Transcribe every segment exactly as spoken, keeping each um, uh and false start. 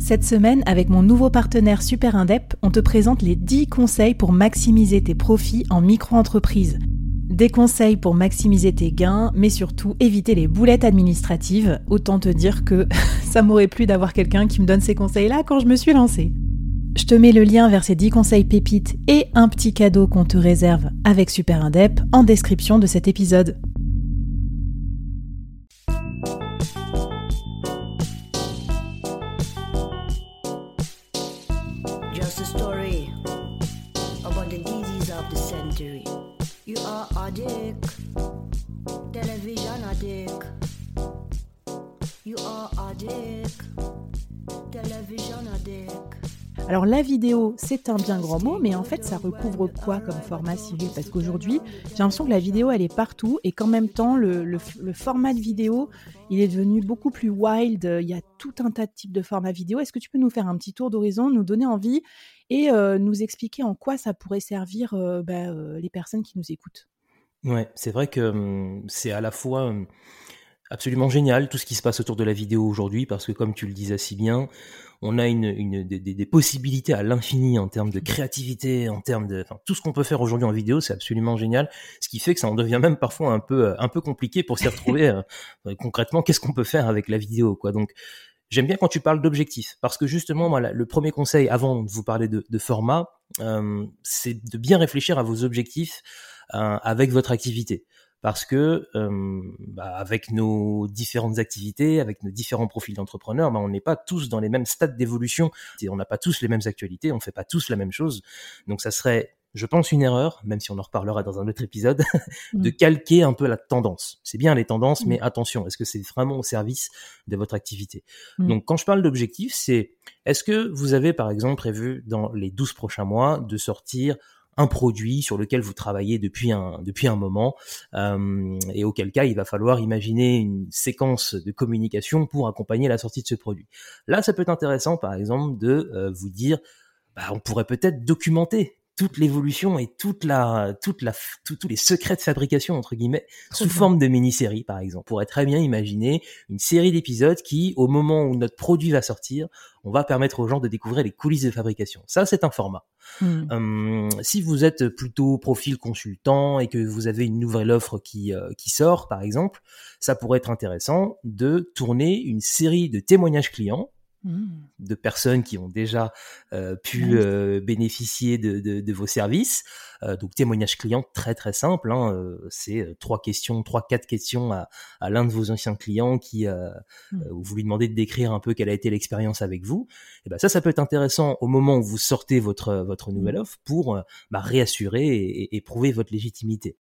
Cette semaine, avec mon nouveau partenaire Super Indep, on te présente les dix conseils pour maximiser tes profits en micro-entreprise. Des conseils pour maximiser tes gains, mais surtout éviter les boulettes administratives. Autant te dire que ça m'aurait plu d'avoir quelqu'un qui me donne ces conseils-là quand je me suis lancée. Je te mets le lien vers ces dix conseils pépites et un petit cadeau qu'on te réserve avec Super Indep en description de cet épisode. Just a story about the disease of the century. You are addict, television addict. You are addict, television addict. Alors la vidéo, c'est un bien grand mot, mais en fait ça recouvre quoi comme format, Cyril ? Parce qu'aujourd'hui, j'ai l'impression que la vidéo elle est partout et qu'en même temps le, le, le format de vidéo, il est devenu beaucoup plus wild. Il y a tout un tas de types de formats vidéo. Est-ce que tu peux nous faire un petit tour d'horizon, nous donner envie et euh, nous expliquer en quoi ça pourrait servir euh, bah, euh, les personnes qui nous écoutent ? Ouais, c'est vrai que hum, c'est à la fois hum, absolument génial tout ce qui se passe autour de la vidéo aujourd'hui parce que comme tu le disais si bien, on a une, une des, des possibilités à l'infini en termes de créativité, en termes de, enfin, tout ce qu'on peut faire aujourd'hui en vidéo, c'est absolument génial. Ce qui fait que ça en devient même parfois un peu, un peu compliqué pour s'y retrouver euh, concrètement. Qu'est-ce qu'on peut faire avec la vidéo, quoi. Donc, j'aime bien quand tu parles d'objectifs, parce que justement, moi, le premier conseil avant de vous parler de, de format, euh, c'est de bien réfléchir à vos objectifs euh, avec votre activité. Parce que euh, bah, avec nos différentes activités, avec nos différents profils d'entrepreneurs, bah, on n'est pas tous dans les mêmes stades d'évolution et on n'a pas tous les mêmes actualités, on fait pas tous la même chose. Donc ça serait, je pense, une erreur, même si on en reparlera dans un autre épisode, de calquer un peu la tendance. C'est bien les tendances, mais attention, est-ce que c'est vraiment au service de votre activité ? mmh. Donc quand je parle d'objectifs, c'est est-ce que vous avez par exemple prévu dans les douze prochains mois de sortir un produit sur lequel vous travaillez depuis un depuis un moment euh, et auquel cas il va falloir imaginer une séquence de communication pour accompagner la sortie de ce produit. Là, ça peut être intéressant, par exemple, de euh, vous dire, bah, on pourrait peut-être documenter toute l'évolution et toute la toute la tous les secrets de fabrication entre guillemets Trop sous bien. Forme de mini-série, par exemple. On pourrait très bien imaginer une série d'épisodes qui, au moment où notre produit va sortir, on va permettre aux gens de découvrir les coulisses de fabrication. Ça, c'est un format. Mmh. Hum, si vous êtes plutôt profil consultant et que vous avez une nouvelle offre qui euh, qui sort, par exemple, ça pourrait être intéressant de tourner une série de témoignages clients. Mmh. De personnes qui ont déjà euh, pu euh, bénéficier de, de, de vos services. Euh, donc témoignage client très très simple. Hein, euh, c'est euh, trois questions, trois quatre questions à, à l'un de vos anciens clients qui euh, mmh. euh, où vous lui demandez de décrire un peu quelle a été l'expérience avec vous. Et ben ça, ça peut être intéressant au moment où vous sortez votre votre nouvelle offre pour euh, bah, réassurer et, et prouver votre légitimité.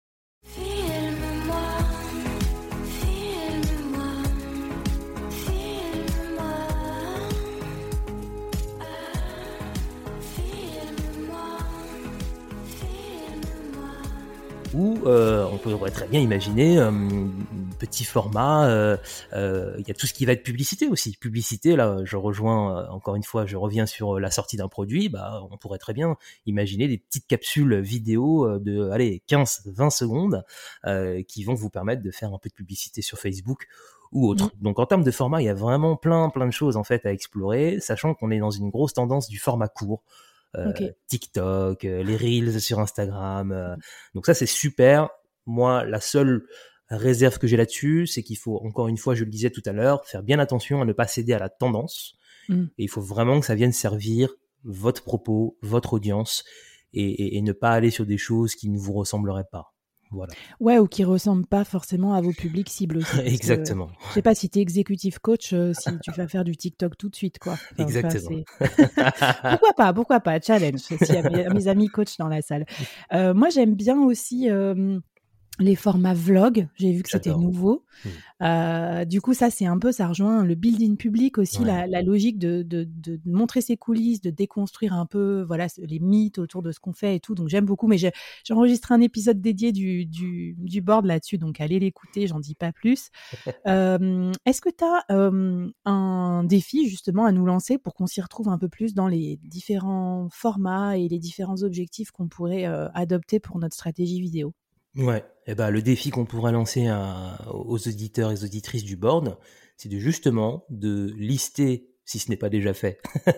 Ou euh, on pourrait très bien imaginer euh, petit format, euh, euh, il y a tout ce qui va être publicité aussi. Publicité, là, je rejoins, euh, encore une fois, je reviens sur la sortie d'un produit, bah, on pourrait très bien imaginer des petites capsules vidéo de, allez, quinze vingt secondes euh, qui vont vous permettre de faire un peu de publicité sur Facebook ou autre. Mmh. Donc en termes de format, il y a vraiment plein, plein de choses en fait à explorer, sachant qu'on est dans une grosse tendance du format court. Euh, okay. TikTok, euh, les Reels sur Instagram. Euh, donc ça, c'est super. Moi, la seule réserve que j'ai là-dessus, c'est qu'il faut, encore une fois, je le disais tout à l'heure, faire bien attention à ne pas céder à la tendance. Mm. Et il faut vraiment que ça vienne servir votre propos, votre audience, et, et, et ne pas aller sur des choses qui ne vous ressembleraient pas. Voilà. Ouais, ou qui ne ressemblent pas forcément à vos publics cibles aussi. Exactement. Que, je ne sais pas si tu es exécutif coach, euh, si tu vas faire du TikTok tout de suite, quoi. Enfin, Exactement. pourquoi pas, pourquoi pas, challenge, s'il y a mes, mes amis coachs dans la salle. Euh, moi, j'aime bien aussi euh, les formats vlog. J'ai vu que J'adore. C'était nouveau. Mmh. Euh, du coup, ça, c'est un peu, ça rejoint le building public aussi, ouais. la, la logique de, de, de montrer ses coulisses, de déconstruire un peu, voilà, les mythes autour de ce qu'on fait et tout. Donc, j'aime beaucoup. Mais j'ai, j'ai enregistré un épisode dédié du, du, du board là-dessus. Donc, allez l'écouter, j'en dis pas plus. euh, est-ce que tu as euh, un défi, justement, à nous lancer pour qu'on s'y retrouve un peu plus dans les différents formats et les différents objectifs qu'on pourrait euh, adopter pour notre stratégie vidéo ? Ouais, et ben le défi qu'on pourrait lancer à, aux auditeurs et aux auditrices du board, c'est de justement de lister si ce n'est pas déjà fait,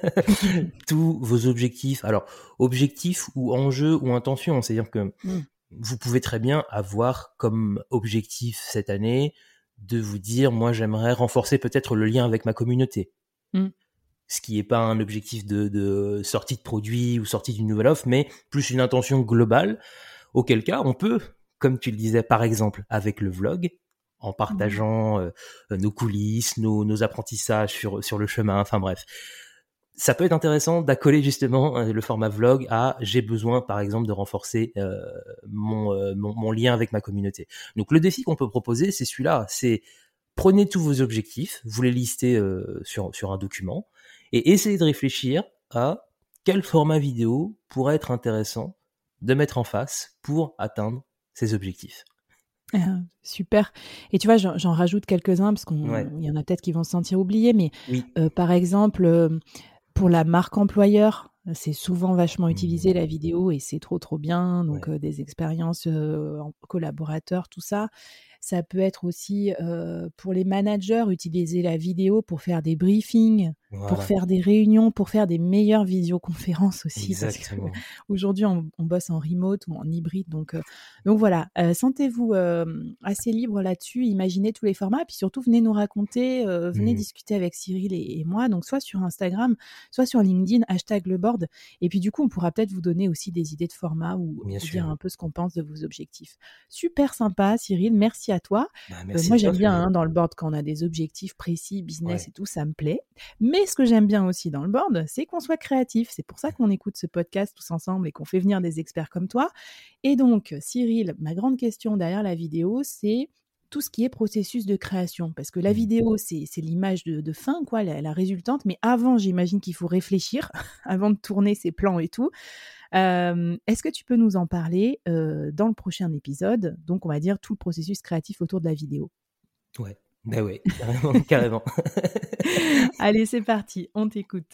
tous vos objectifs. Alors, objectifs ou enjeux ou intentions, c'est-à-dire que mmh. vous pouvez très bien avoir comme objectif cette année de vous dire, moi, j'aimerais renforcer peut-être le lien avec ma communauté. Mmh. Ce qui n'est pas un objectif de, de sortie de produit ou sortie d'une nouvelle offre, mais plus une intention globale, auquel cas, on peut, comme tu le disais, par exemple, avec le vlog, en partageant euh, nos coulisses, nos, nos apprentissages sur, sur le chemin, enfin bref. Ça peut être intéressant d'accoler justement euh, le format vlog à « j'ai besoin, par exemple, de renforcer euh, mon, euh, mon, mon lien avec ma communauté ». Donc le défi qu'on peut proposer, c'est celui-là, c'est prenez tous vos objectifs, vous les listez euh, sur, sur un document, et essayez de réfléchir à quel format vidéo pourrait être intéressant de mettre en face pour atteindre ces objectifs. Ah, super. Et tu vois, j'en, j'en rajoute quelques-uns parce qu'il ouais. y en a peut-être qui vont se sentir oubliés, mais oui. euh, par exemple, euh, pour la marque employeur, c'est souvent vachement utilisé la vidéo et c'est trop trop bien. Donc ouais. euh, des expériences euh, en collaborateurs, tout ça. Ça peut être aussi euh, pour les managers, utiliser la vidéo pour faire des briefings, voilà. pour faire des réunions, pour faire des meilleures visioconférences aussi. Exactement. Parce qu'aujourd'hui, on, on bosse en remote ou en hybride. Donc, euh, donc voilà, euh, sentez-vous euh, assez libre là-dessus. Imaginez tous les formats. Puis surtout, venez nous raconter, euh, venez mmh. discuter avec Cyril et, et moi. Donc soit sur Instagram, soit sur LinkedIn, hashtag le board. Et puis du coup, on pourra peut-être vous donner aussi des idées de formats ou vous dire un peu ce qu'on pense de vos objectifs. Super sympa, Cyril. Merci à toi. Bah, euh, moi, j'aime bien hein, dans le board quand on a des objectifs précis, business ouais. et tout, ça me plaît. Mais ce que j'aime bien aussi dans le board, c'est qu'on soit créatif. C'est pour ça qu'on écoute ce podcast tous ensemble et qu'on fait venir des experts comme toi. Et donc, Cyril, ma grande question derrière la vidéo, c'est tout ce qui est processus de création. Parce que la vidéo, c'est, c'est l'image de, de fin, quoi, la, la résultante. Mais avant, j'imagine qu'il faut réfléchir avant de tourner ses plans et tout. Euh, est-ce que tu peux nous en parler euh, dans le prochain épisode? Donc, on va dire tout le processus créatif autour de la vidéo. Ouais, ben ouais, carrément, carrément. Allez, c'est parti, on t'écoute.